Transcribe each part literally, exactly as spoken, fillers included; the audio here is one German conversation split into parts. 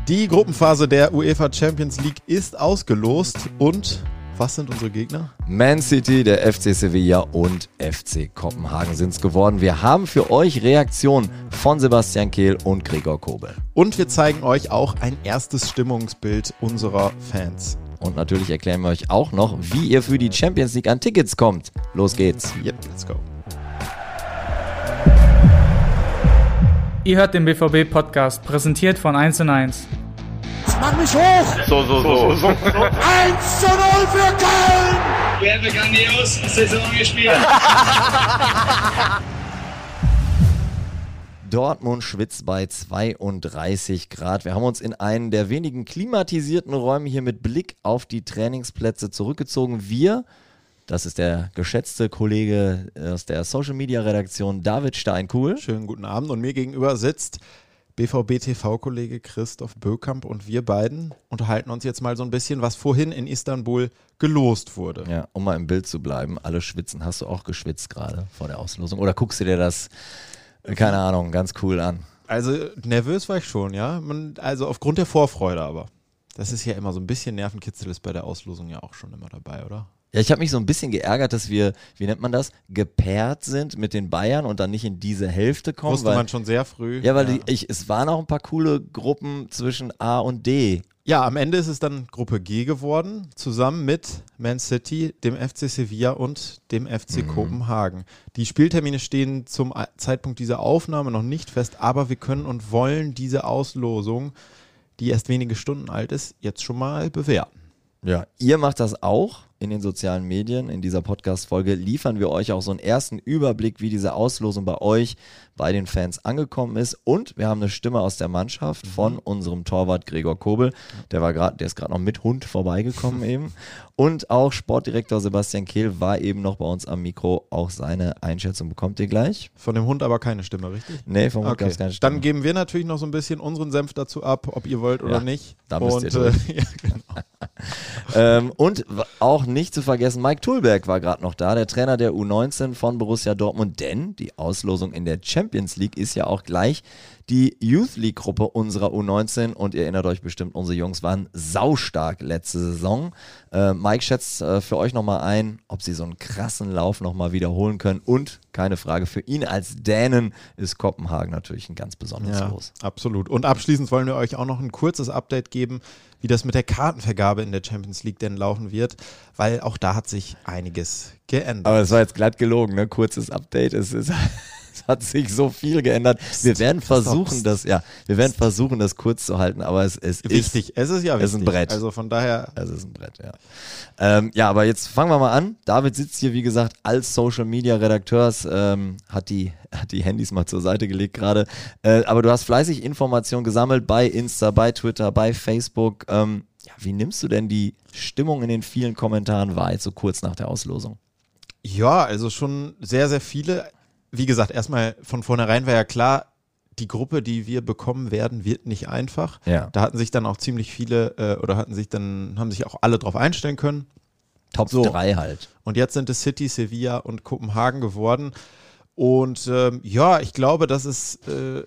Die Gruppenphase der UEFA Champions League ist ausgelost und was sind unsere Gegner? Man City, der F C Sevilla und F C Kopenhagen sind es geworden. Wir haben für euch Reaktionen von Sebastian Kehl und Gregor Kobel. Und wir zeigen euch auch ein erstes Stimmungsbild unserer Fans. Und natürlich erklären wir euch auch noch, wie ihr für die Champions League an Tickets kommt. Los geht's. Yep, let's go. Ihr hört den B V B-Podcast, präsentiert von eins und eins. Mach mich hoch! So, so, so. so. eins zu null für Köln! Wir haben eine grandiose Saison gespielt. Dortmund schwitzt bei zweiunddreißig Grad. Wir haben uns in einen der wenigen klimatisierten Räume hier mit Blick auf die Trainingsplätze zurückgezogen. Wir, das ist der geschätzte Kollege aus der Social-Media-Redaktion David Steinkuhl. Schönen guten Abend und mir gegenüber sitzt B V B-T V-Kollege Christoph Böckamp und wir beiden unterhalten uns jetzt mal so ein bisschen, was vorhin in Istanbul gelost wurde. Ja, um mal im Bild zu bleiben, alle schwitzen. Hast du auch geschwitzt gerade vor der Auslosung? Oder guckst du dir das, keine Ahnung, ganz cool an? Also nervös war ich schon, ja. Man, also aufgrund der Vorfreude aber. Das ist ja immer so ein bisschen Nervenkitzel, ist bei der Auslosung ja auch schon immer dabei, oder? Ja, ich habe mich so ein bisschen geärgert, dass wir, wie nennt man das, gepaart sind mit den Bayern und dann nicht in diese Hälfte kommen. Wusste weil, man schon sehr früh. Ja, weil ja. Die, ich, es waren auch ein paar coole Gruppen zwischen A und D. Ja, am Ende ist es dann Gruppe G geworden, zusammen mit Man City, dem F C Sevilla und dem F C mhm. Kopenhagen. Die Spieltermine stehen zum Zeitpunkt dieser Aufnahme noch nicht fest, aber wir können und wollen diese Auslosung, die erst wenige Stunden alt ist, jetzt schon mal bewerten. Ja, ihr macht das auch in den sozialen Medien. In dieser Podcast-Folge liefern wir euch auch so einen ersten Überblick, wie diese Auslosung bei euch, bei den Fans angekommen ist. Und wir haben eine Stimme aus der Mannschaft von unserem Torwart Gregor Kobel. Der war gerade, der ist gerade noch mit Hund vorbeigekommen eben. Und auch Sportdirektor Sebastian Kehl war eben noch bei uns am Mikro. Auch seine Einschätzung bekommt ihr gleich. Von dem Hund aber keine Stimme, richtig? Nee, vom Hund okay. gab es keine Stimme. Dann geben wir natürlich noch so ein bisschen unseren Senf dazu ab, ob ihr wollt oder ja, nicht. Da müsst und, ihr durch. Äh, ja, genau. ähm, und auch nicht zu vergessen, Mike Thulberg war gerade noch da, der Trainer der U neunzehn von Borussia Dortmund, denn die Auslosung in der Champions League ist ja auch gleich die Youth League Gruppe unserer U neunzehn und ihr erinnert euch bestimmt, unsere Jungs waren saustark letzte Saison. Äh, Mike schätzt äh, für euch nochmal ein, ob sie so einen krassen Lauf nochmal wiederholen können und keine Frage, für ihn als Dänen ist Kopenhagen natürlich ein ganz besonderes ja, Los. Absolut. Und abschließend wollen wir euch auch noch ein kurzes Update geben, wie das mit der Kartenvergabe in der Champions League denn laufen wird, weil auch da hat sich einiges geändert. Aber es war jetzt glatt gelogen, ne? Kurzes Update, es ist... Es hat sich so viel geändert. Wir werden versuchen, das, ja, wir werden versuchen, das kurz zu halten, aber es, es wichtig. ist, es ist ja wichtig. Es ist ein Brett. Also von daher. Es ist ein Brett, ja. Ähm, ja, aber jetzt fangen wir mal an. David sitzt hier, wie gesagt, als Social Media Redakteurs, ähm, hat die, hat die Handys mal zur Seite gelegt gerade. Äh, aber du hast fleißig Informationen gesammelt bei Insta, bei Twitter, bei Facebook. Ähm, ja, wie nimmst du denn die Stimmung in den vielen Kommentaren wahr, jetzt so kurz nach der Auslosung? Ja, also schon sehr, sehr viele. Wie gesagt, erstmal von vornherein war ja klar, die Gruppe, die wir bekommen werden, wird nicht einfach. Ja. Da hatten sich dann auch ziemlich viele äh, oder hatten sich dann, haben sich auch alle drauf einstellen können. Top so. drei halt. Und jetzt sind es City, Sevilla und Kopenhagen geworden. Und ähm, ja, ich glaube, dass es äh,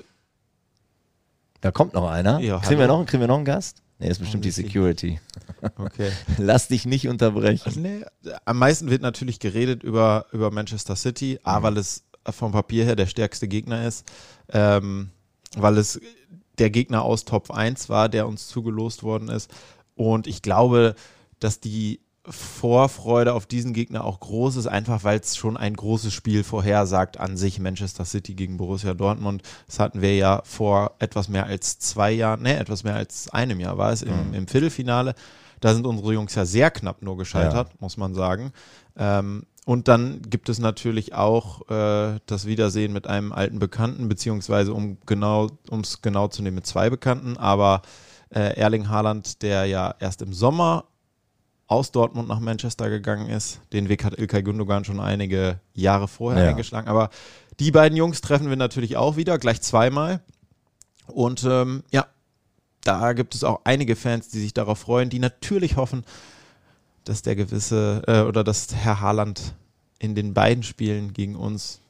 da kommt noch einer. Ja, kriegen, wir hallo? noch, kriegen wir noch einen Gast? Nee, ist bestimmt Oh, die Security. Okay. Lass dich nicht unterbrechen. Nee, am meisten wird natürlich geredet über, über Manchester City, A, weil es vom Papier her der stärkste Gegner ist, ähm, weil es der Gegner aus Top eins war, der uns zugelost worden ist. Und ich glaube, dass die Vorfreude auf diesen Gegner auch groß ist, einfach weil es schon ein großes Spiel vorhersagt an sich, Manchester City gegen Borussia Dortmund. Das hatten wir ja vor etwas mehr als zwei Jahren, ne, etwas mehr als einem Jahr war es, im, mhm. im Viertelfinale. Da sind unsere Jungs ja sehr knapp nur gescheitert, ja. muss man sagen. Ähm, und dann gibt es natürlich auch äh, das Wiedersehen mit einem alten Bekannten, beziehungsweise um genau, um es genau zu nehmen, mit zwei Bekannten, aber äh, Erling Haaland, der ja erst im Sommer aus Dortmund nach Manchester gegangen ist. Den Weg hat İlkay Gündogan schon einige Jahre vorher ja. eingeschlagen. Aber die beiden Jungs treffen wir natürlich auch wieder, gleich zweimal. Und ähm, ja, da gibt es auch einige Fans, die sich darauf freuen, die natürlich hoffen, dass der gewisse äh, oder dass Herr Haaland in den beiden Spielen gegen uns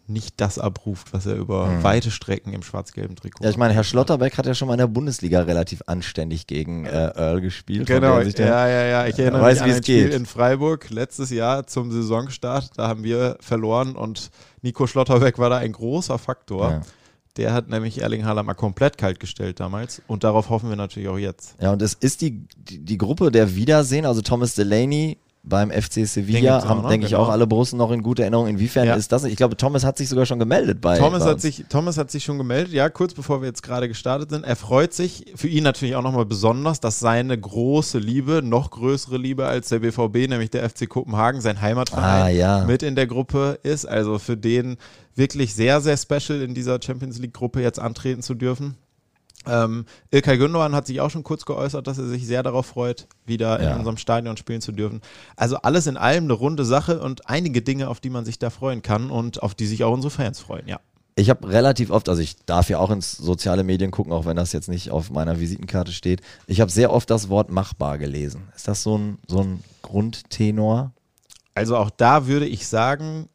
nicht das abruft, was er über Mhm. weite Strecken im schwarz-gelben Trikot Ja, ich meine, Herr Schlotterbeck hat ja schon mal in der Bundesliga relativ anständig gegen äh, Earl gespielt. von Genau, der Sicht her. ja, ja, ja. Ich erinnere weiß, mich wie an es ein Spiel geht. in Freiburg letztes Jahr zum Saisonstart. Da haben wir verloren und Nico Schlotterbeck war da ein großer Faktor. Ja. Der hat nämlich Erling Haaland mal komplett kalt gestellt damals und darauf hoffen wir natürlich auch jetzt. Ja, und es ist die, die, die Gruppe der Wiedersehen, also Thomas Delaney beim F C Den Sevilla, gibt's auch haben, noch, denke ich, genau. auch alle Borussen noch in guter Erinnerung. Inwiefern Ja. ist das? Ich glaube, Thomas hat sich sogar schon gemeldet bei Thomas bei hat, uns. sich, Thomas hat sich schon gemeldet, ja, kurz bevor wir jetzt gerade gestartet sind. Er freut sich, für ihn natürlich auch nochmal besonders, dass seine große Liebe, noch größere Liebe als der B V B, nämlich der F C Kopenhagen, sein Heimatverein, Ah, ja. mit in der Gruppe ist. Also für den wirklich sehr, sehr special in dieser Champions League-Gruppe jetzt antreten zu dürfen. Ähm, İlkay Gündoğan hat sich auch schon kurz geäußert, dass er sich sehr darauf freut, wieder Ja. in unserem Stadion spielen zu dürfen. Also alles in allem eine runde Sache und einige Dinge, auf die man sich da freuen kann und auf die sich auch unsere Fans freuen, ja. Ich habe relativ oft, also ich darf ja auch ins soziale Medien gucken, auch wenn das jetzt nicht auf meiner Visitenkarte steht. Ich habe sehr oft das Wort machbar gelesen. Ist das so ein, so ein Grundtenor? Also auch da würde ich sagen,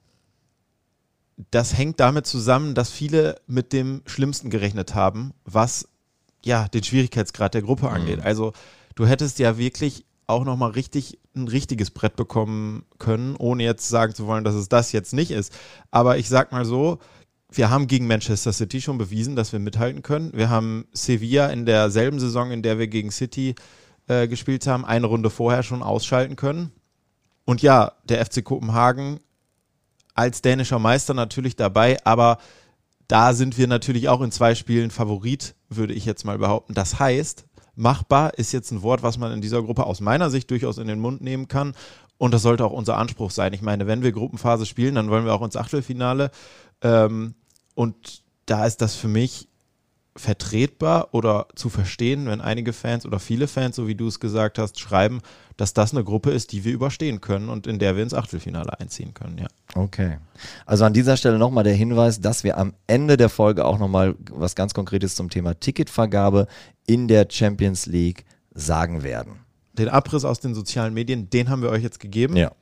das hängt damit zusammen, dass viele mit dem Schlimmsten gerechnet haben, was ja den Schwierigkeitsgrad der Gruppe angeht. Also du hättest ja wirklich auch nochmal richtig ein richtiges Brett bekommen können, ohne jetzt sagen zu wollen, dass es das jetzt nicht ist. Aber ich sag mal so, wir haben gegen Manchester City schon bewiesen, dass wir mithalten können. Wir haben Sevilla in derselben Saison, in der wir gegen City äh, gespielt haben, eine Runde vorher schon ausschalten können. Und ja, der F C Kopenhagen als dänischer Meister natürlich dabei, aber da sind wir natürlich auch in zwei Spielen Favorit, würde ich jetzt mal behaupten. Das heißt, machbar ist jetzt ein Wort, was man in dieser Gruppe aus meiner Sicht durchaus in den Mund nehmen kann. Und das sollte auch unser Anspruch sein. Ich meine, wenn wir Gruppenphase spielen, dann wollen wir auch ins Achtelfinale. Ähm, und da ist das für mich vertretbar oder zu verstehen, wenn einige Fans oder viele Fans, so wie du es gesagt hast, schreiben, dass das eine Gruppe ist, die wir überstehen können und in der wir ins Achtelfinale einziehen können, ja. Okay. Also an dieser Stelle nochmal der Hinweis, dass wir am Ende der Folge auch nochmal was ganz Konkretes zum Thema Ticketvergabe in der Champions League sagen werden. Den Abriss aus den sozialen Medien, den haben wir euch jetzt gegeben. Ja.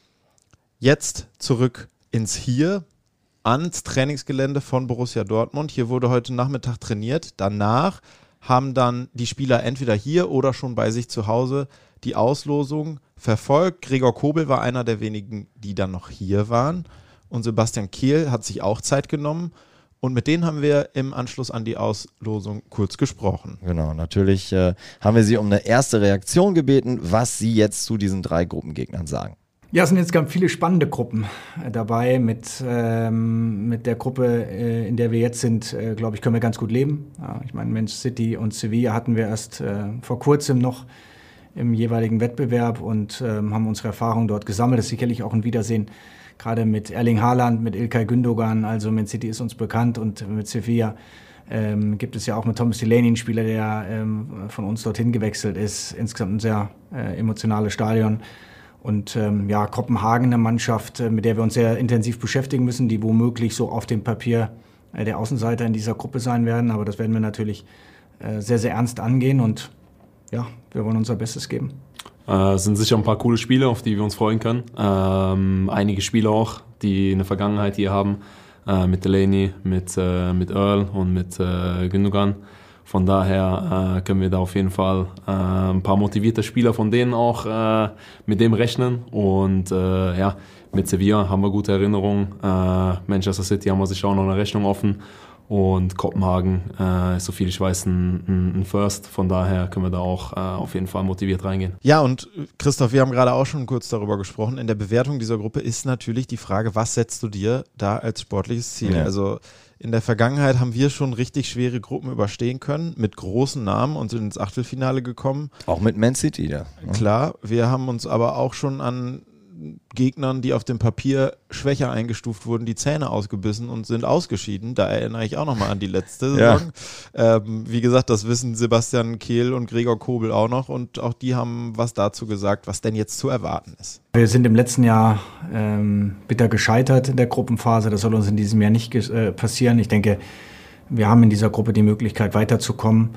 Jetzt zurück ins Hier, ans Trainingsgelände von Borussia Dortmund. Hier wurde heute Nachmittag trainiert. Danach haben dann die Spieler entweder hier oder schon bei sich zu Hause die Auslosung verfolgt. Gregor Kobel war einer der wenigen, die dann noch hier waren. Und Sebastian Kehl hat sich auch Zeit genommen. Und mit denen haben wir im Anschluss an die Auslosung kurz gesprochen. Genau, natürlich äh, haben wir Sie um eine erste Reaktion gebeten, was Sie jetzt zu diesen drei Gruppengegnern sagen. Ja, es sind jetzt ganz viele spannende Gruppen äh, dabei. Mit, ähm, mit der Gruppe, äh, in der wir jetzt sind, äh, glaube ich, können wir ganz gut leben. Ja, ich meine, Manchester City und Sevilla hatten wir erst äh, vor kurzem noch im jeweiligen Wettbewerb und ähm, haben unsere Erfahrungen dort gesammelt. Das ist sicherlich auch ein Wiedersehen, gerade mit Erling Haaland, mit İlkay Gündoğan. Also Man City ist uns bekannt und mit Sevilla ähm, gibt es ja auch mit Thomas Delaney einen Spieler, der ähm, von uns dorthin gewechselt ist. Insgesamt ein sehr äh, emotionales Stadion. Und ähm, ja, Kopenhagen, eine Mannschaft, äh, mit der wir uns sehr intensiv beschäftigen müssen, die womöglich so auf dem Papier äh, der Außenseiter in dieser Gruppe sein werden. Aber das werden wir natürlich äh, sehr, sehr ernst angehen und ja, wir wollen unser Bestes geben. Äh, es sind sicher ein paar coole Spiele, auf die wir uns freuen können. Ähm, einige Spieler auch, die eine Vergangenheit hier haben, äh, mit Delaney, mit, äh, mit Earl und mit äh, Gündoğan. Von daher äh, können wir da auf jeden Fall äh, ein paar motivierte Spieler von denen auch äh, mit dem rechnen. Und äh, ja, mit Sevilla haben wir gute Erinnerungen. Äh, Manchester City haben wir sicher auch noch eine Rechnung offen. Und Kopenhagen äh, ist, so viel ich weiß, ein, ein First. Von daher können wir da auch äh, auf jeden Fall motiviert reingehen. Ja, und Christoph, wir haben gerade auch schon kurz darüber gesprochen. In der Bewertung dieser Gruppe ist natürlich die Frage, was setzt du dir da als sportliches Ziel? Ja. Also in der Vergangenheit haben wir schon richtig schwere Gruppen überstehen können, mit großen Namen und sind ins Achtelfinale gekommen. Auch mit Man City, ja. Klar, wir haben uns aber auch schon an Gegnern, die auf dem Papier schwächer eingestuft wurden, die Zähne ausgebissen und sind ausgeschieden. Da erinnere ich auch nochmal an die letzte Saison. Ja. Ähm, wie gesagt, das wissen Sebastian Kehl und Gregor Kobel auch noch und auch die haben was dazu gesagt, was denn jetzt zu erwarten ist. Wir sind im letzten Jahr ähm, bitter gescheitert in der Gruppenphase. Das soll uns in diesem Jahr nicht äh, passieren. Ich denke, wir haben in dieser Gruppe die Möglichkeit weiterzukommen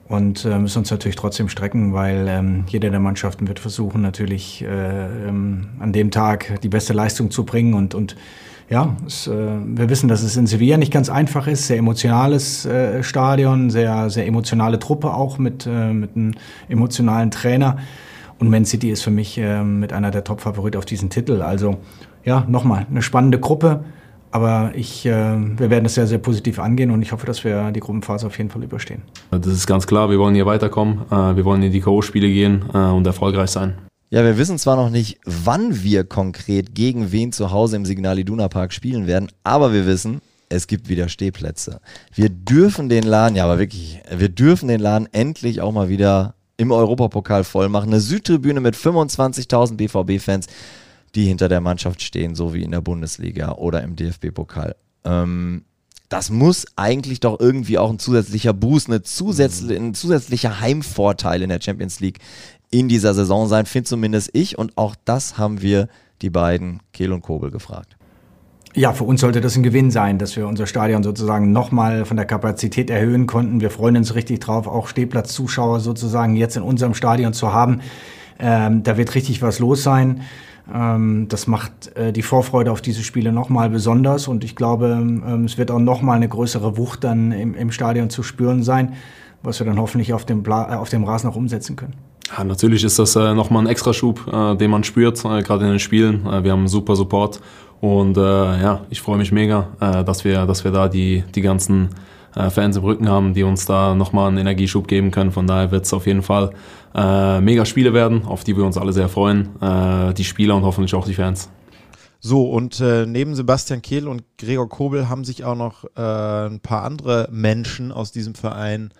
Und äh, müssen uns natürlich trotzdem strecken, weil ähm, jede der Mannschaften wird versuchen, natürlich äh, ähm, an dem Tag die beste Leistung zu bringen. Und, und ja, es, äh, wir wissen, dass es in Sevilla nicht ganz einfach ist. Sehr emotionales äh, Stadion, sehr, sehr emotionale Truppe auch mit, äh, mit einem emotionalen Trainer. Und Man City ist für mich äh, mit einer der Top-Favoriten auf diesen Titel. Also ja, nochmal, eine spannende Gruppe. Aber ich, äh, wir werden es sehr, sehr positiv angehen und ich hoffe, dass wir die Gruppenphase auf jeden Fall überstehen. Das ist ganz klar, wir wollen hier weiterkommen, äh, wir wollen in die K O-Spiele gehen äh, und erfolgreich sein. Ja, wir wissen zwar noch nicht, wann wir konkret gegen wen zu Hause im Signal Iduna Park spielen werden, aber wir wissen, es gibt wieder Stehplätze. Wir dürfen den Laden, ja aber wirklich, wir dürfen den Laden endlich auch mal wieder im Europapokal voll machen. Eine Südtribüne mit fünfundzwanzigtausend B V B-Fans, die hinter der Mannschaft stehen, so wie in der Bundesliga oder im D F B-Pokal. Ähm, das muss eigentlich doch irgendwie auch ein zusätzlicher Boost, eine zusätzliche, ein zusätzlicher Heimvorteil in der Champions League in dieser Saison sein, finde zumindest ich. Und auch das haben wir die beiden, Kehl und Kobel, gefragt. Ja, für uns sollte das ein Gewinn sein, dass wir unser Stadion sozusagen nochmal von der Kapazität erhöhen konnten. Wir freuen uns richtig drauf, auch Stehplatzzuschauer sozusagen jetzt in unserem Stadion zu haben. Ähm, da wird richtig was los sein. Ähm, das macht äh, die Vorfreude auf diese Spiele nochmal besonders und ich glaube, ähm, es wird auch nochmal eine größere Wucht dann im, im Stadion zu spüren sein, was wir dann hoffentlich auf dem, Bla- äh, auf dem Rasen auch umsetzen können. Ja, natürlich ist das äh, nochmal ein Extraschub, äh, den man spürt, äh, gerade in den Spielen. Äh, wir haben super Support und äh, ja, ich freue mich mega, äh, dass wir, dass wir da die, die ganzen äh, Fans im Rücken haben, die uns da nochmal einen Energieschub geben können. Von daher wird es auf jeden Fall äh, mega Spiele werden, auf die wir uns alle sehr freuen, äh, die Spieler und hoffentlich auch die Fans. So, und äh, neben Sebastian Kehl und Gregor Kobel haben sich auch noch äh, ein paar andere Menschen aus diesem Verein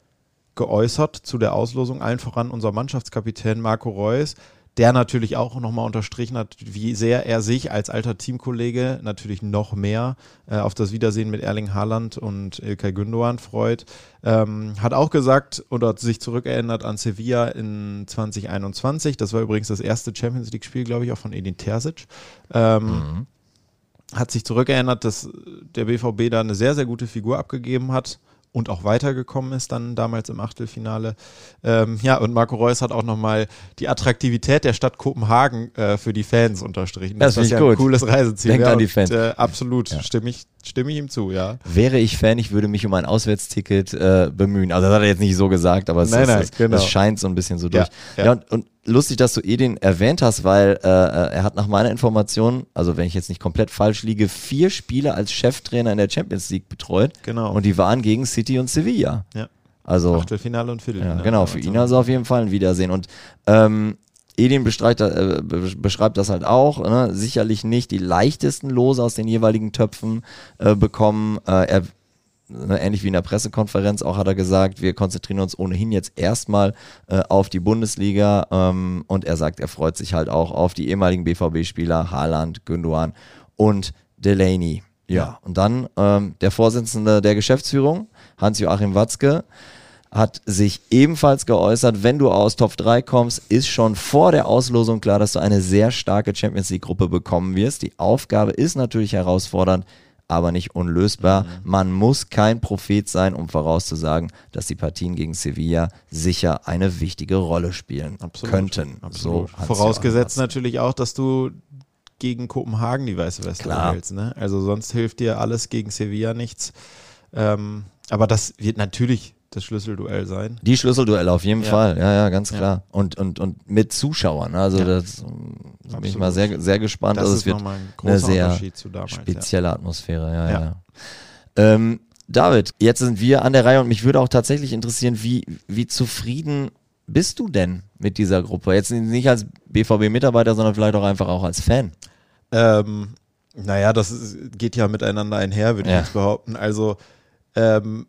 geäußert zu der Auslosung, allen voran unser Mannschaftskapitän Marco Reus, der natürlich auch nochmal unterstrichen hat, wie sehr er sich als alter Teamkollege natürlich noch mehr äh, auf das Wiedersehen mit Erling Haaland und İlkay Gündoğan freut. Ähm, hat auch gesagt oder sich zurückerinnert an Sevilla in zwanzig einundzwanzig. Das war übrigens das erste Champions-League-Spiel, glaube ich, auch von Edin Terzic. Ähm, mhm. Hat sich zurückerinnert, dass der B V B da eine sehr, sehr gute Figur abgegeben hat und auch weitergekommen ist dann damals im Achtelfinale. Ähm, ja, und Marco Reus hat auch nochmal die Attraktivität der Stadt Kopenhagen äh, für die Fans unterstrichen. Das, das ist ja gut. Ein cooles Reiseziel. Denkt ja, an die Fans. Und, äh, absolut, ja. stimme ich, stimme ich ihm zu, ja. Wäre ich Fan, ich würde mich um ein Auswärtsticket äh, bemühen. Also das hat er jetzt nicht so gesagt, aber es, nein, ist, nein, es, genau. es scheint so ein bisschen so durch. Ja, ja. ja und, und lustig, dass du Edin erwähnt hast, weil äh, er hat nach meiner Information, also wenn ich jetzt nicht komplett falsch liege, vier Spiele als Cheftrainer in der Champions League betreut. Genau. Und die waren gegen City und Sevilla. Ja. Also, Achtelfinale und Viertelfinale. Ja, genau, für ihn also auf jeden Fall ein Wiedersehen. Und ähm, Edin bestreicht, äh, beschreibt das halt auch, ne? Sicherlich nicht die leichtesten Lose aus den jeweiligen Töpfen äh, bekommen. Äh, er Ne, ähnlich wie in der Pressekonferenz auch hat er gesagt, wir konzentrieren uns ohnehin jetzt erstmal äh, auf die Bundesliga ähm, und er sagt, er freut sich halt auch auf die ehemaligen B V B-Spieler Haaland, Gündoğan und Delaney. Ja, ja. Und dann ähm, der Vorsitzende der Geschäftsführung, Hans-Joachim Watzke, hat sich ebenfalls geäußert, wenn du aus Top drei kommst, ist schon vor der Auslosung klar, dass du eine sehr starke Champions-League-Gruppe bekommen wirst. Die Aufgabe ist natürlich herausfordernd, aber nicht unlösbar. Mhm. Man muss kein Prophet sein, um vorauszusagen, dass die Partien gegen Sevilla sicher eine wichtige Rolle spielen Absolut. könnten. Absolut. So vorausgesetzt natürlich auch, dass du gegen Kopenhagen die weiße Weste hältst. Ne? Also sonst hilft dir alles gegen Sevilla nichts. Ähm, aber das wird natürlich das Schlüsselduell sein. Die Schlüsselduelle auf jeden ja. Fall, ja, ja, ganz ja. klar. Und, und, und mit Zuschauern, also ja. das da bin ich mal sehr, sehr gespannt. Das also ist es wird ein eine sehr Unterschied zu damals, spezielle ja. Atmosphäre, ja, ja. ja. Ähm, David, jetzt sind wir an der Reihe und mich würde auch tatsächlich interessieren, wie, wie zufrieden bist du denn mit dieser Gruppe? Jetzt nicht als B V B-Mitarbeiter, sondern vielleicht auch einfach auch als Fan. Ähm, naja, das ist, geht ja miteinander einher, würde ja. ich jetzt behaupten. Also, ähm,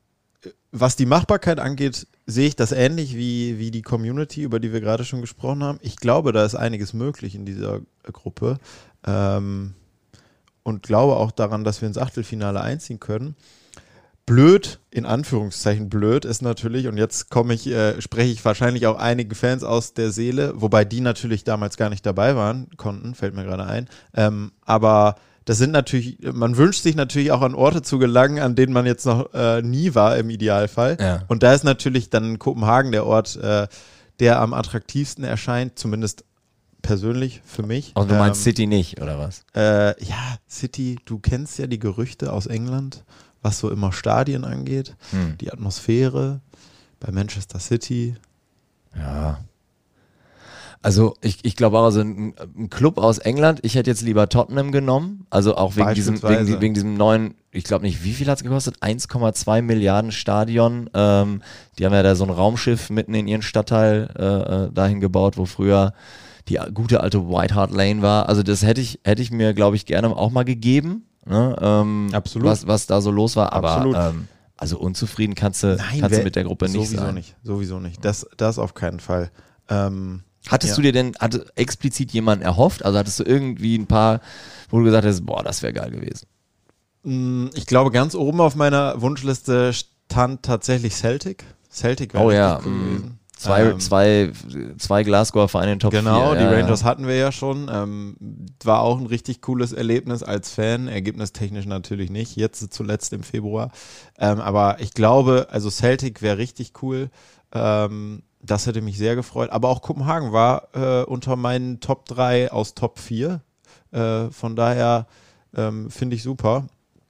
was die Machbarkeit angeht, sehe ich das ähnlich wie, wie die Community, über die wir gerade schon gesprochen haben. Ich glaube, da ist einiges möglich in dieser Gruppe ähm, und glaube auch daran, dass wir ins Achtelfinale einziehen können. Blöd, in Anführungszeichen blöd, ist natürlich, und jetzt komme ich, äh, spreche ich wahrscheinlich auch einigen Fans aus der Seele, wobei die natürlich damals gar nicht dabei waren, konnten, fällt mir gerade ein, ähm, aber das sind natürlich, man wünscht sich natürlich auch an Orte zu gelangen, an denen man jetzt noch äh, nie war im Idealfall. Ja. Und da ist natürlich dann Kopenhagen der Ort, äh, der am attraktivsten erscheint, zumindest persönlich für mich. Und du meinst ähm, City nicht, oder was? Äh, ja, City, du kennst ja die Gerüchte aus England, was so immer Stadien angeht, Hm. die Atmosphäre bei Manchester City. Ja. Also ich, ich glaube auch, also ein, ein Club aus England, ich hätte jetzt lieber Tottenham genommen, also auch wegen diesem, Beispielsweise. wegen, wegen diesem neuen, ich glaube nicht, wie viel hat es gekostet? eins Komma zwei Milliarden Stadion. Ähm, die haben ja da so ein Raumschiff mitten in ihren Stadtteil äh, dahin gebaut, wo früher die gute alte White Hart Lane war. Also das hätte ich, hätte ich mir, glaube ich, gerne auch mal gegeben, ne? ähm, Absolut. Was, was da so los war. Aber Absolut. ähm, also unzufrieden kannst du, Nein, kannst wer- du mit der Gruppe nicht sowieso sein. nicht, sowieso nicht. Das, das auf keinen Fall. Ähm, Hattest Ja. du dir denn, hatte explizit jemanden erhofft? Also hattest du irgendwie ein paar, wo du gesagt hast, boah, das wäre geil gewesen? mh, ich glaube, ganz oben auf meiner Wunschliste stand tatsächlich Celtic. Celtic wäre Oh richtig ja, cool mh. gewesen. Zwei, Ähm, zwei, zwei Glasgower Vereine in Top Genau, vier. die ja, Rangers ja. hatten wir ja schon. Ähm, war auch ein richtig cooles Erlebnis als Fan. Ergebnistechnisch natürlich nicht. Jetzt zuletzt im Februar. Ähm, aber ich glaube, also Celtic wäre richtig cool. Ähm, das hätte mich sehr gefreut. Aber auch Kopenhagen war äh, unter meinen Top drei aus Top vier. Äh, von daher ähm, finde ich super.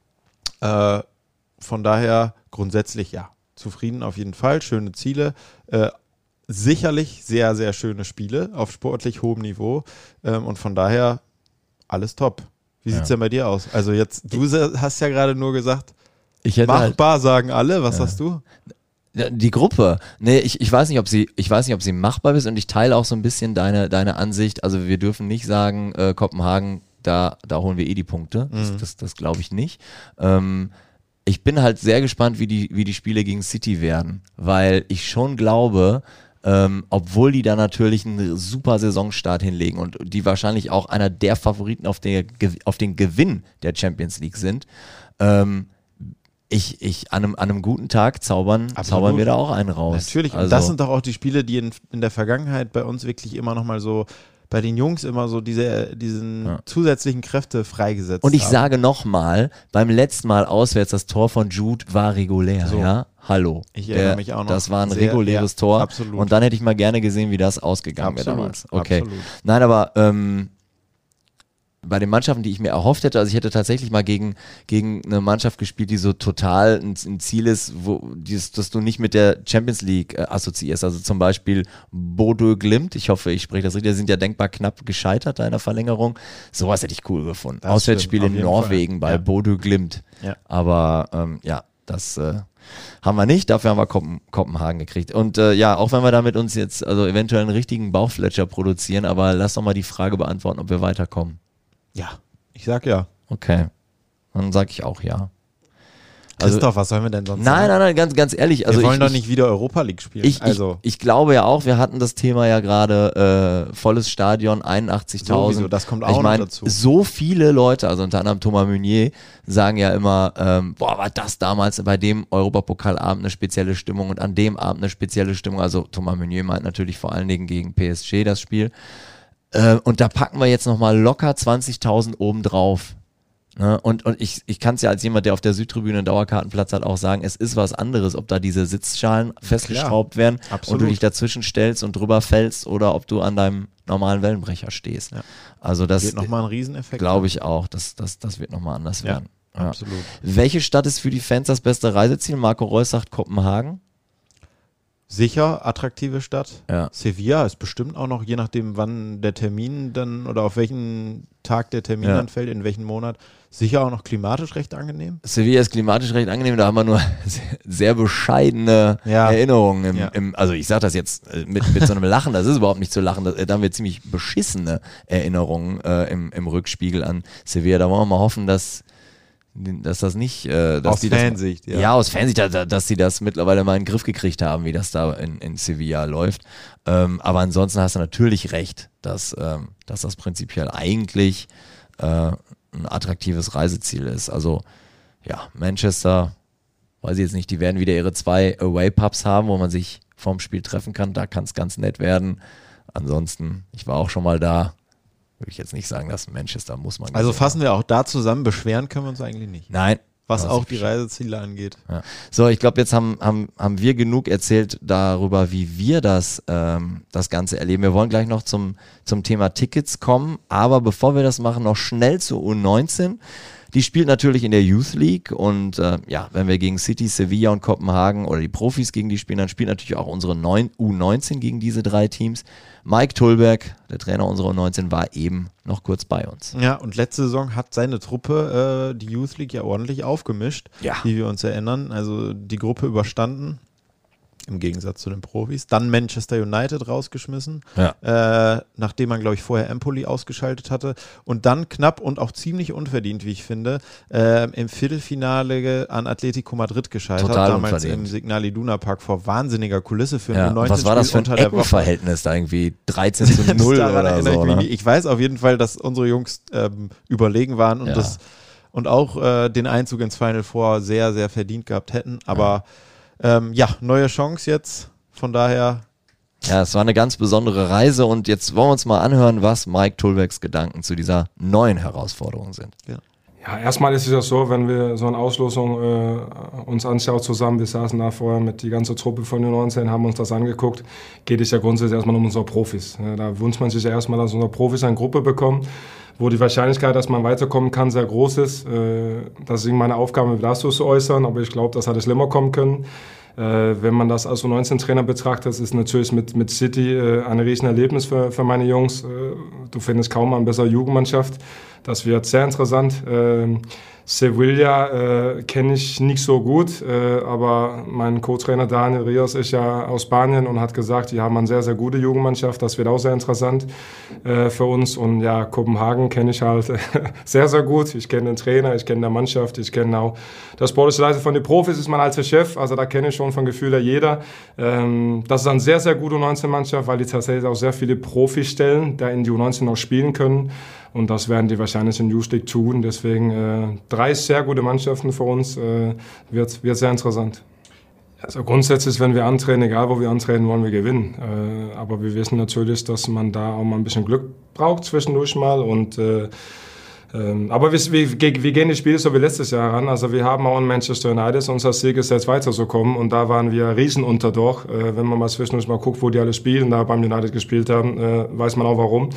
Äh, von daher grundsätzlich ja. Zufrieden auf jeden Fall. Schöne Ziele. Äh, sicherlich sehr, sehr schöne Spiele auf sportlich hohem Niveau. Ähm, und von daher alles top. Wie sieht es Ja. denn bei dir aus? Also jetzt, du se- hast ja gerade nur gesagt, Ich hätte halt, machbar sagen alle. Was hast du? Ja, die Gruppe. Nee, ich, ich weiß nicht, ob sie, ich weiß nicht, ob sie machbar ist und ich teile auch so ein bisschen deine, deine Ansicht. Also wir dürfen nicht sagen, äh, Kopenhagen, da, da holen wir eh die Punkte. Das, Mhm. das, das glaube ich nicht. Ähm, ich bin halt sehr gespannt, wie die, wie die Spiele gegen City werden, weil ich schon glaube, ähm, obwohl die da natürlich einen super Saisonstart hinlegen und die wahrscheinlich auch einer der Favoriten auf, der, auf den Gewinn der Champions League sind, ähm, ich, ich an einem, an einem guten Tag zaubern, Absolut. zaubern wir da auch einen raus. Natürlich. Und Also, das sind doch auch die Spiele, die in, in der Vergangenheit bei uns wirklich immer nochmal so, bei den Jungs immer so diese, diesen Ja. zusätzlichen Kräfte freigesetzt und ich haben. sage nochmal, beim letzten Mal auswärts, das Tor von Jude war regulär, So. ja? Hallo. Ich erinnere mich auch noch Das war ein sehr, reguläres ja, Tor. absolut. Und dann hätte ich mal gerne gesehen, wie das ausgegangen wäre Absolut, damals. Okay. absolut. Nein, aber ähm, bei den Mannschaften, die ich mir erhofft hätte, also ich hätte tatsächlich mal gegen, gegen eine Mannschaft gespielt, die so total ein, ein Ziel ist, wo, dieses, das du nicht mit der Champions League äh, assoziierst. Also zum Beispiel Bodø Glimt, ich hoffe, ich spreche das richtig, die sind ja denkbar knapp gescheitert da in der Verlängerung. Sowas hätte ich cool gefunden. Das Auswärtsspiel stimmt, in auf jeden Norwegen Fall. bei Ja. Bodø Glimt. Ja. Aber ähm, ja, das äh, haben wir nicht, dafür haben wir Kopen Kopenhagen gekriegt. Und äh, ja, auch wenn wir damit uns jetzt also eventuell einen richtigen Bauchfletscher produzieren, aber lass doch mal die Frage beantworten, ob wir weiterkommen. Ja, ich sag ja. Okay, dann sage ich auch ja. Christoph, was sollen wir denn sonst Nein, sagen? nein, nein, ganz, ganz ehrlich. Also wir wollen ich, doch ich, nicht wieder Europa League spielen. Ich, also, ich, ich glaube ja auch, wir hatten das Thema ja gerade, äh, volles Stadion, einundachtzigtausend. Sowieso, das kommt auch ich noch mein, dazu. So viele Leute, also unter anderem Thomas Meunier, sagen ja immer, ähm, boah, war das damals bei dem Europapokalabend eine spezielle Stimmung und an dem Abend eine spezielle Stimmung. Also Thomas Meunier meint natürlich vor allen Dingen gegen P S G das Spiel. Äh, und da packen wir jetzt nochmal locker zwanzigtausend obendrauf. Ne? Und, und ich, ich kann es ja als jemand, der auf der Südtribüne einen Dauerkartenplatz hat, auch sagen, es ist was anderes, ob da diese Sitzschalen festgeschraubt werden absolut. und du dich dazwischen stellst und drüber fällst oder ob du an deinem normalen Wellenbrecher stehst. Ja. Also das wird nochmal ein Rieseneffekt. glaube ich auch, das, das, das wird nochmal anders Ja, werden. Ja. absolut. Welche Stadt ist für die Fans das beste Reiseziel? Marco Reus sagt Kopenhagen. Sicher, attraktive Stadt. Ja. Sevilla ist bestimmt auch noch, je nachdem, wann der Termin dann oder auf welchen Tag der Termin Ja. dann fällt, in welchen Monat, sicher auch noch klimatisch recht angenehm. Sevilla ist klimatisch recht angenehm, da haben wir nur sehr, sehr bescheidene Ja. Erinnerungen. Im, Ja. im, also ich sage das jetzt äh, mit, mit so einem Lachen, das ist überhaupt nicht zu lachen, das, da haben wir ziemlich beschissene Erinnerungen äh, im, im Rückspiegel an Sevilla. Da wollen wir mal hoffen, dass, dass das nicht... Äh, dass Aus die das, Fansicht, ja. ja. aus Fansicht, dass, dass sie das mittlerweile mal in den Griff gekriegt haben, wie das da in, in Sevilla läuft. Ähm, aber ansonsten hast du natürlich recht, dass, ähm, dass das prinzipiell eigentlich... Äh, ein attraktives Reiseziel ist. Also ja, Manchester, weiß ich jetzt nicht, die werden wieder ihre zwei Away-Pubs haben, wo man sich vorm Spiel treffen kann. Da kann es ganz nett werden. Ansonsten, ich war auch schon mal da. würde ich jetzt nicht sagen, dass Manchester muss man. Also fassen wir auch da zusammen, beschweren können wir uns eigentlich nicht. Nein. Was auch die Reiseziele angeht. Ja. So, ich glaube, jetzt haben, haben, haben wir genug erzählt darüber, wie wir das, ähm, das Ganze erleben. Wir wollen gleich noch zum, zum Thema Tickets kommen, aber bevor wir das machen, noch schnell zur U neunzehn. Die spielt natürlich in der Youth League und äh, ja, wenn wir gegen City, Sevilla und Kopenhagen oder die Profis gegen die spielen, dann spielt natürlich auch unsere U neunzehn gegen diese drei Teams. Mike Tulberg, der Trainer unserer U neunzehn, war eben noch kurz bei uns. Ja, und letzte Saison hat seine Truppe äh, die Youth League ja ordentlich aufgemischt, ja. wie wir uns erinnern. Also die Gruppe überstanden, im Gegensatz zu den Profis. Dann Manchester United rausgeschmissen, ja. äh, nachdem man, glaube ich, vorher Empoli ausgeschaltet hatte. Und dann knapp und auch ziemlich unverdient, wie ich finde, äh, im Viertelfinale an Atletico Madrid gescheitert. Total damals unverdient. Im Signal Iduna Park vor wahnsinniger Kulisse für ja. ein U neunzehn. Was war das für ein Eckenverhältnis da irgendwie? dreizehn zu null oder so. Ich, ne? ich weiß auf jeden Fall, dass unsere Jungs ähm, überlegen waren und, ja. das, und auch äh, den Einzug ins Final Four sehr, sehr verdient gehabt hätten. Aber ja. Ähm, ja, neue Chance jetzt, von daher. Ja, es war eine ganz besondere Reise und jetzt wollen wir uns mal anhören, was Mike Tulbergs Gedanken zu dieser neuen Herausforderung sind. Ja, ja erstmal ist es ja so, wenn wir so eine Auslosung äh, uns anschauen zusammen, wir saßen da vorher mit die ganze Truppe von U neunzehn, haben uns das angeguckt, geht es ja grundsätzlich erstmal um unsere Profis. Da wünscht man sich ja erstmal, dass unsere Profis eine Gruppe bekommen, wo die Wahrscheinlichkeit, dass man weiterkommen kann, sehr groß ist. Das ist meine Aufgabe, das so zu äußern, aber ich glaube, das hätte schlimmer kommen können. Wenn man das als U neunzehn Trainer betrachtet, ist natürlich mit, mit City ein riesen Erlebnis für, für meine Jungs. Du findest kaum eine bessere Jugendmannschaft. Das wird sehr interessant. Sevilla äh, kenne ich nicht so gut, äh, aber mein Co-Trainer Daniel Rios ist ja aus Spanien und hat gesagt, die haben eine sehr, sehr gute Jugendmannschaft, das wird auch sehr interessant äh, für uns. Und ja, Kopenhagen kenne ich halt sehr, sehr gut. Ich kenne den Trainer, ich kenne die Mannschaft, ich kenne auch das sportliche Leiter von den Profis, ist mein alter Chef, also da kenne ich schon von Gefühl her jeder. Ähm, das ist eine sehr, sehr gute U neunzehn-Mannschaft, weil die tatsächlich auch sehr viele Profis stellen, da in die U neunzehn auch spielen können. Und das werden die wahrscheinlich in Youth League tun. Deswegen äh, drei sehr gute Mannschaften für uns. Äh, wird, wird sehr interessant. Also grundsätzlich, wenn wir antreten, egal wo wir antreten, wollen wir gewinnen. Äh, aber wir wissen natürlich, dass man da auch mal ein bisschen Glück braucht zwischendurch mal. Und äh, Ähm, aber wir, wir, wir gehen die Spiele so wie letztes Jahr ran. Also wir haben auch in Manchester United unser Ziel gesetzt, weiterzukommen. Und da waren wir Riesenunterdog. Äh, wenn man mal zwischendurch mal guckt, wo die alle spielen, da beim United gespielt haben, äh, weiß man auch warum.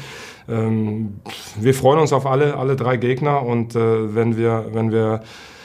Ähm, wir freuen uns auf alle, alle drei Gegner. Und äh, wenn wir, wenn wir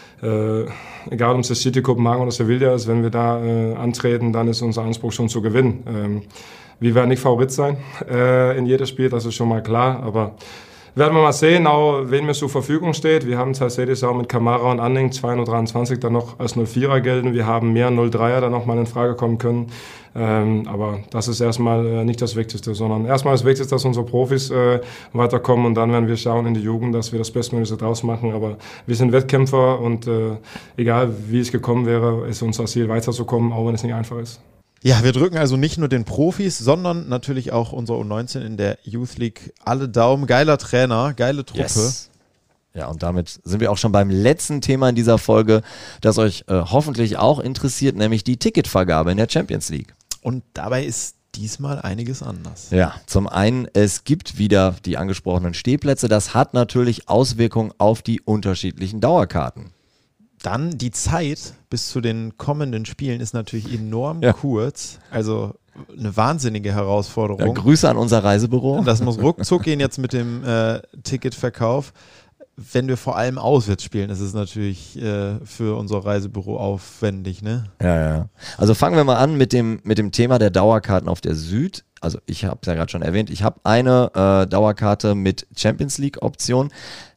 äh, egal ob es City, Kopenhagen oder Sevilla ist, wenn wir da äh, antreten, dann ist unser Anspruch schon zu gewinnen. Ähm, wir werden nicht Favorit sein äh, in jedem Spiel, das ist schon mal klar. Aber werden wir mal sehen, auch wen mir zur Verfügung steht. Wir haben tatsächlich auch mit Kamara und Anning zwei null dreiundzwanzig dann noch als null vierer gelten. Wir haben mehr null dreier dann noch mal in Frage kommen können. Ähm, aber das ist erstmal äh, nicht das Wichtigste, sondern erstmal das Wichtigste, dass unsere Profis äh, weiterkommen und dann werden wir schauen in die Jugend, dass wir das Bestmögliche draus machen. Aber wir sind Wettkämpfer und äh, egal wie es gekommen wäre, ist unser Ziel weiterzukommen, auch wenn es nicht einfach ist. Ja, wir drücken also nicht nur den Profis, sondern natürlich auch unsere U neunzehn in der Youth League alle Daumen. Geiler Trainer, geile Truppe. Yes. Ja, und damit sind wir auch schon beim letzten Thema in dieser Folge, das euch äh, hoffentlich auch interessiert, nämlich die Ticketvergabe in der Champions League. Und dabei ist diesmal einiges anders. Ja, zum einen, es gibt wieder die angesprochenen Stehplätze. Das hat natürlich Auswirkungen auf die unterschiedlichen Dauerkarten. Dann die Zeit bis zu den kommenden Spielen ist natürlich enorm ja. kurz. Also eine wahnsinnige Herausforderung. Ja, Grüße an unser Reisebüro. Das muss ruckzuck gehen jetzt mit dem äh, Ticketverkauf. Wenn wir vor allem auswärts spielen, ist es natürlich äh, für unser Reisebüro aufwendig, ne? Ja, ja. Also fangen wir mal an mit dem, mit dem Thema der Dauerkarten auf der Süd. Also ich habe es ja gerade schon erwähnt, ich habe eine äh, Dauerkarte mit Champions League Option.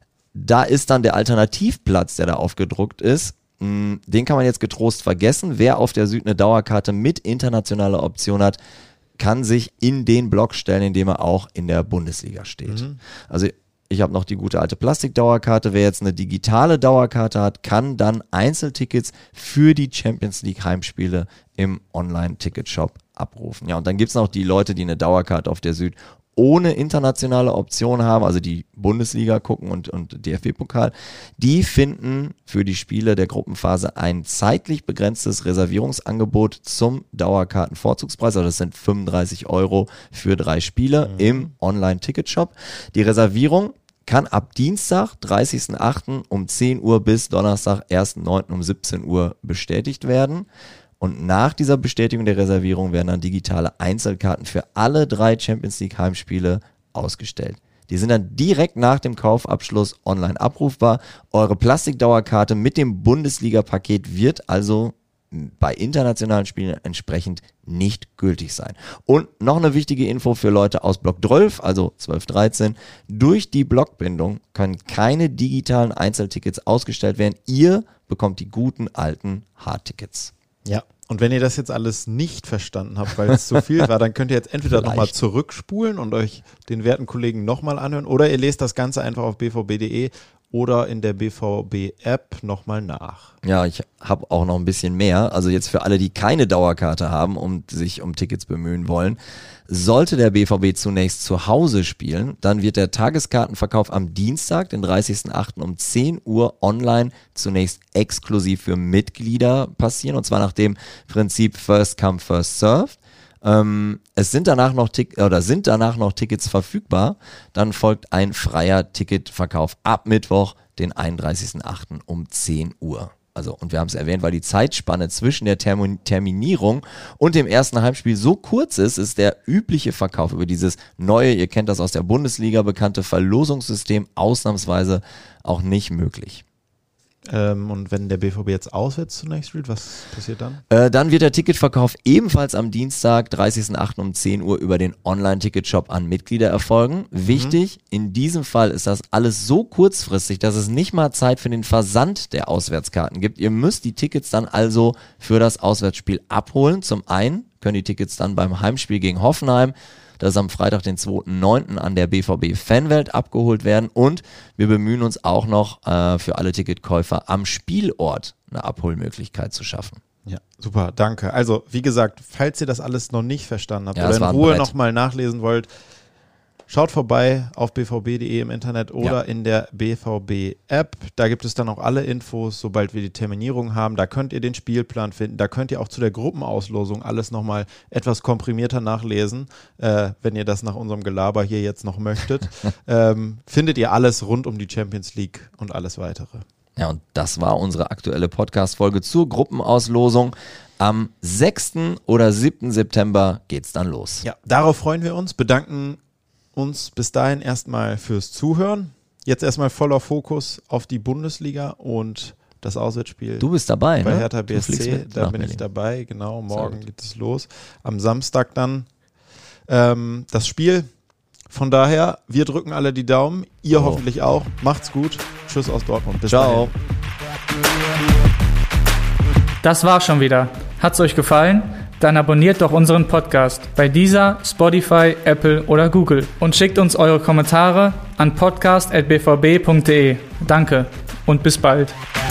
Da ist dann der Alternativplatz, der da aufgedruckt ist, mh, den kann man jetzt getrost vergessen. Wer auf der Süd eine Dauerkarte mit internationaler Option hat, kann sich in den Block stellen, in dem er auch in der Bundesliga steht. Mhm. Also ich habe noch die gute alte Plastikdauerkarte. Wer jetzt eine digitale Dauerkarte hat, kann dann Einzeltickets für die Champions League Heimspiele im Online-Ticketshop abrufen. Ja, und dann gibt es noch die Leute, die eine Dauerkarte auf der Süd ohne internationale Option haben, also die Bundesliga gucken und, und D F B-Pokal, die finden für die Spiele der Gruppenphase ein zeitlich begrenztes Reservierungsangebot zum Dauerkartenvorzugspreis. Also das sind fünfunddreißig Euro für drei Spiele mhm. im Online-Ticketshop. Die Reservierung kann ab Dienstag, dreißigsten achten um zehn Uhr bis Donnerstag, ersten neunten um siebzehn Uhr bestätigt werden. Und nach dieser Bestätigung der Reservierung werden dann digitale Einzelkarten für alle drei Champions League Heimspiele ausgestellt. Die sind dann direkt nach dem Kaufabschluss online abrufbar. Eure Plastikdauerkarte mit dem Bundesliga-Paket wird also bei internationalen Spielen entsprechend nicht gültig sein. Und noch eine wichtige Info für Leute aus Block zwölf, also zwölf dreizehn. Durch die Blockbindung können keine digitalen Einzeltickets ausgestellt werden. Ihr bekommt die guten alten Hardtickets. Ja, und wenn ihr das jetzt alles nicht verstanden habt, weil es zu viel war, dann könnt ihr jetzt entweder nochmal zurückspulen und euch den werten Kollegen nochmal anhören oder ihr lest das Ganze einfach auf b v b punkt d e oder in der B V B-App nochmal nach. Ja, ich habe auch noch ein bisschen mehr. Also jetzt für alle, die keine Dauerkarte haben und sich um Tickets bemühen wollen. Sollte der B V B zunächst zu Hause spielen, dann wird der Tageskartenverkauf am Dienstag, den dreißigsten achten um zehn Uhr online zunächst exklusiv für Mitglieder passieren. Und zwar nach dem Prinzip First Come, First Served. Ähm, es sind danach noch Tick- oder sind danach noch Tickets verfügbar. Dann folgt ein freier Ticketverkauf ab Mittwoch, den einunddreißigsten achten um zehn Uhr. Also, und wir haben es erwähnt, weil die Zeitspanne zwischen der Termin- Terminierung und dem ersten Heimspiel so kurz ist, ist der übliche Verkauf über dieses neue, ihr kennt das aus der Bundesliga, bekannte Verlosungssystem ausnahmsweise auch nicht möglich. Ähm, und wenn der B V B jetzt auswärts zunächst spielt, was passiert dann? Äh, dann wird der Ticketverkauf ebenfalls am Dienstag, dreißigsten achten um zehn Uhr über den Online-Ticketshop an Mitglieder erfolgen. Mhm. Wichtig, in diesem Fall ist das alles so kurzfristig, dass es nicht mal Zeit für den Versand der Auswärtskarten gibt. Ihr müsst die Tickets dann also für das Auswärtsspiel abholen. Zum einen können die Tickets dann beim Heimspiel gegen Hoffenheim, das ist am Freitag, den zweiten neunten an der B V B-Fanwelt abgeholt werden. Und wir bemühen uns auch noch äh, für alle Ticketkäufer am Spielort eine Abholmöglichkeit zu schaffen. Ja, super, danke. Also, wie gesagt, falls ihr das alles noch nicht verstanden habt Ja, oder in in Ruhe Brett. nochmal nachlesen wollt, schaut vorbei auf b v b punkt d e im Internet oder Ja. in der B V B-App. Da gibt es dann auch alle Infos, sobald wir die Terminierung haben. Da könnt ihr den Spielplan finden. Da könnt ihr auch zu der Gruppenauslosung alles nochmal etwas komprimierter nachlesen, äh, wenn ihr das nach unserem Gelaber hier jetzt noch möchtet. ähm, findet ihr alles rund um die Champions League und alles weitere. Ja, und das war unsere aktuelle Podcast-Folge zur Gruppenauslosung. Am sechsten oder siebten September geht's dann los. Ja, darauf freuen wir uns, bedanken uns bis dahin erstmal fürs Zuhören. Jetzt erstmal voller Fokus auf die Bundesliga und das Auswärtsspiel. Du bist dabei, bei ne? Hertha B S Du fliegst C, mit da nach bin Berlin. ich dabei, genau, morgen gut. geht es los. Am Samstag dann ähm, das Spiel. Von daher, wir drücken alle die Daumen, ihr Oh. hoffentlich auch. Macht's gut. Tschüss aus Dortmund. Bis Ciao. dahin. Das war's schon wieder. Hat's euch gefallen? Dann abonniert doch unseren Podcast bei Deezer, Spotify, Apple oder Google und schickt uns eure Kommentare an podcast at b v b punkt d e. Danke und bis bald.